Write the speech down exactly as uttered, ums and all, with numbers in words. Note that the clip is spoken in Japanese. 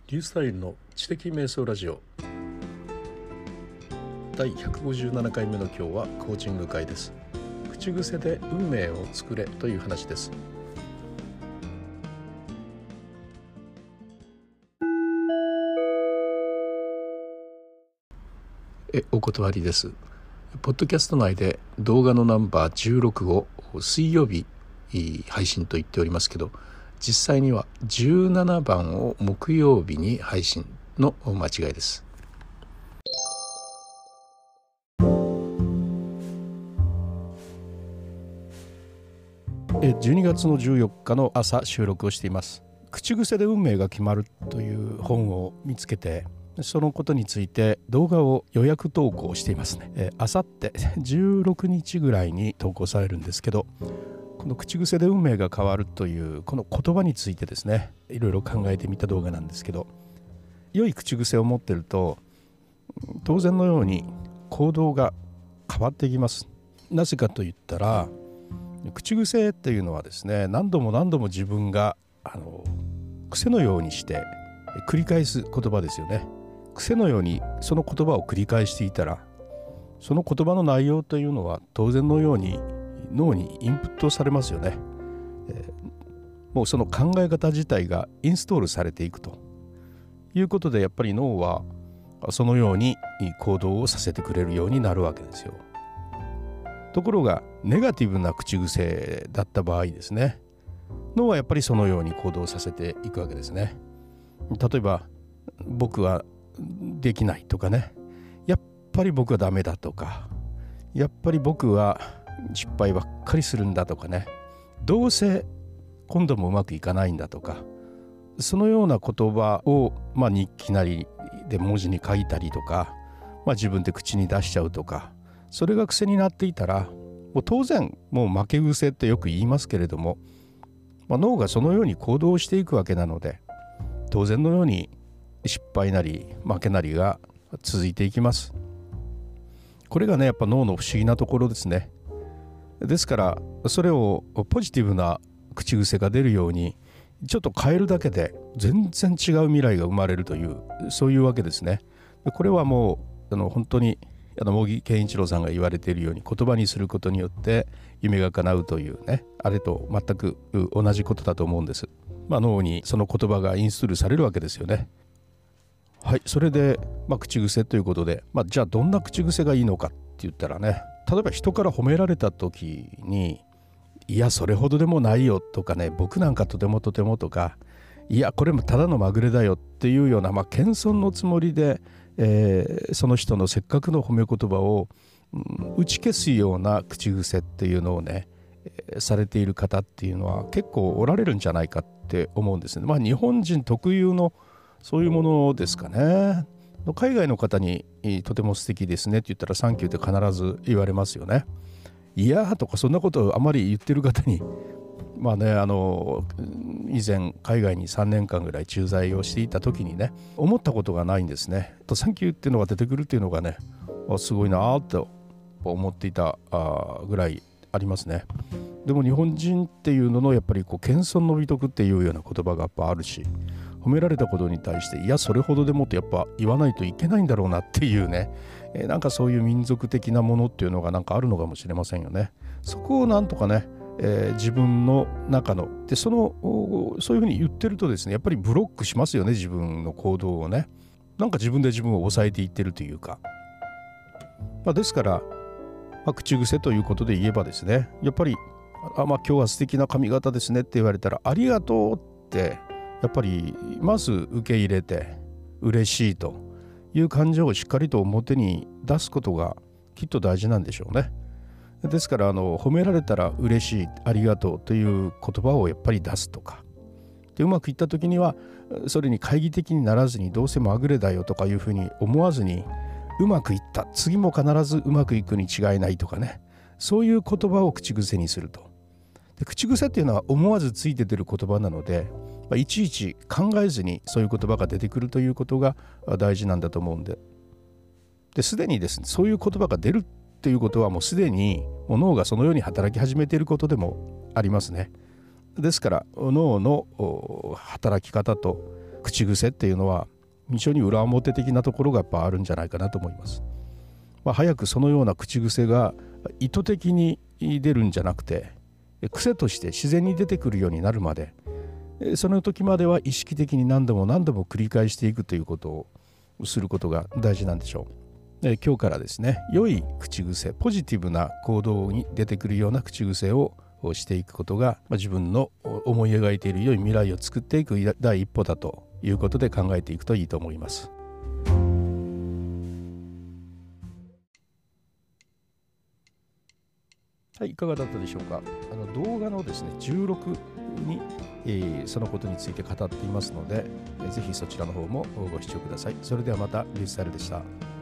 リュースタイルの知的瞑想ラジオだいひゃくごじゅうななかいめの今日はコーチング会です。口癖で運命を作れという話です。えお断りです。ポッドキャスト内で動画のナンバーじゅうろくを水曜日配信と言っておりますけど、実際にはじゅうななばんを木曜日に配信の間違いです。じゅうにがつのじゅうよっかの朝収録をしています。口癖で運命が決まるという本を見つけて、そのことについて動画を予約投稿していますね。あさってじゅうろくにちぐらいに投稿されるんですけど、この口癖で運命が変わるというこの言葉についてですね、いろいろ考えてみた動画なんですけど、良い口癖を持ってると当然のように行動が変わっていきます。なぜかといったら、口癖っていうのはですね、何度も何度も自分があの癖のようにして繰り返す言葉ですよね。癖のようにその言葉を繰り返していたら、その言葉の内容というのは当然のように脳にインプットされますよね。えー、もうその考え方自体がインストールされていくということで、やっぱり脳はそのように行動をさせてくれるようになるわけですよ。ところがネガティブな口癖だった場合ですね、脳はやっぱりそのように行動させていくわけですね。例えば僕はできないとかね、やっぱり僕はダメだとか、やっぱり僕は失敗ばっかりするんだとかね、どうせ今度もうまくいかないんだとか、そのような言葉を、まあ、日記なりで文字に書いたりとか、まあ、自分で口に出しちゃうとか、それが癖になっていたら、もう当然もう負け癖ってよく言いますけれども、まあ、脳がそのように行動していくわけなので、当然のように失敗なり負けなりが続いていきます。これがね、やっぱ脳の不思議なところですね。ですからそれをポジティブな口癖が出るようにちょっと変えるだけで全然違う未来が生まれるという、そういうわけですね。これはもうあの本当にあの茂木健一郎さんが言われているように、言葉にすることによって夢が叶うというね、あれと全く同じことだと思うんです。まあ、脳にその言葉がインストールされるわけですよね。はい、それで、まあ、口癖ということで、まあ、じゃあどんな口癖がいいのかって言ったらね、例えば人から褒められた時に、いやそれほどでもないよとかね、僕なんかとてもとてもとか、いやこれもただのまぐれだよっていうような、まあ、謙遜のつもりで、えー、その人のせっかくの褒め言葉を、うん、打ち消すような口癖っていうのをね、えー、されている方っていうのは結構おられるんじゃないかって思うんですね。まあ日本人特有のそういうものですかね。海外の方にとても素敵ですねって言ったらサンキューって必ず言われますよね。いやーとかそんなことをあまり言ってる方に、まあね、あの以前海外にさんねんかんぐらい駐在をしていた時にね、思ったことがないんですね。サンキューっていうのが出てくるっていうのがね、すごいなと思っていたぐらいありますね。でも日本人っていうののやっぱりこう謙遜の美徳っていうような言葉がやっぱあるし、褒められたことに対していやそれほどでもってやっぱ言わないといけないんだろうなっていうね、えー、なんかそういう民族的なものっていうのがなんかあるのかもしれませんよね。そこをなんとかね、えー、自分の中のでそのそういうふうに言ってるとですね、やっぱりブロックしますよね、自分の行動をね。なんか自分で自分を抑えていってるというか、まあ、ですから、まあ、口癖ということで言えばですね、やっぱりあ、まあ、今日は素敵な髪型ですねって言われたらありがとうってやっぱりまず受け入れて嬉しいという感情をしっかりと表に出すことがきっと大事なんでしょうね。ですからあの褒められたら嬉しい、ありがとうという言葉をやっぱり出すとかで、うまくいった時にはそれに懐疑的にならずに、どうせまぐれだよとかいうふうに思わずに、うまくいった、次も必ずうまくいくに違いないとかね、そういう言葉を口癖にすると。で口癖っていうのは思わずついて出る言葉なので、まあ、いちいち考えずにそういう言葉が出てくるということが大事なんだと思うんで、ですでにですね、そういう言葉が出るっていうことはもうすでにもう脳がそのように働き始めていることでもありますね。ですから脳の働き方と口癖っていうのは非常に裏表的なところがやっぱあるんじゃないかなと思います。まあ、早くそのような口癖が意図的に出るんじゃなくて、癖として自然に出てくるようになるまで、その時までは意識的に何度も何度も繰り返していくということをすることが大事なんでしょう。で、今日からですね、良い口癖、ポジティブな行動に出てくるような口癖をしていくことが、まあ、自分の思い描いている良い未来を作っていく第一歩だということで考えていくといいと思います。はい、いかがだったでしょうか。あの動画のですねじゅうろくに、えー、そのことについて語っていますので、えー、ぜひそちらの方もご視聴ください。それではまた、リュウジタイルでした。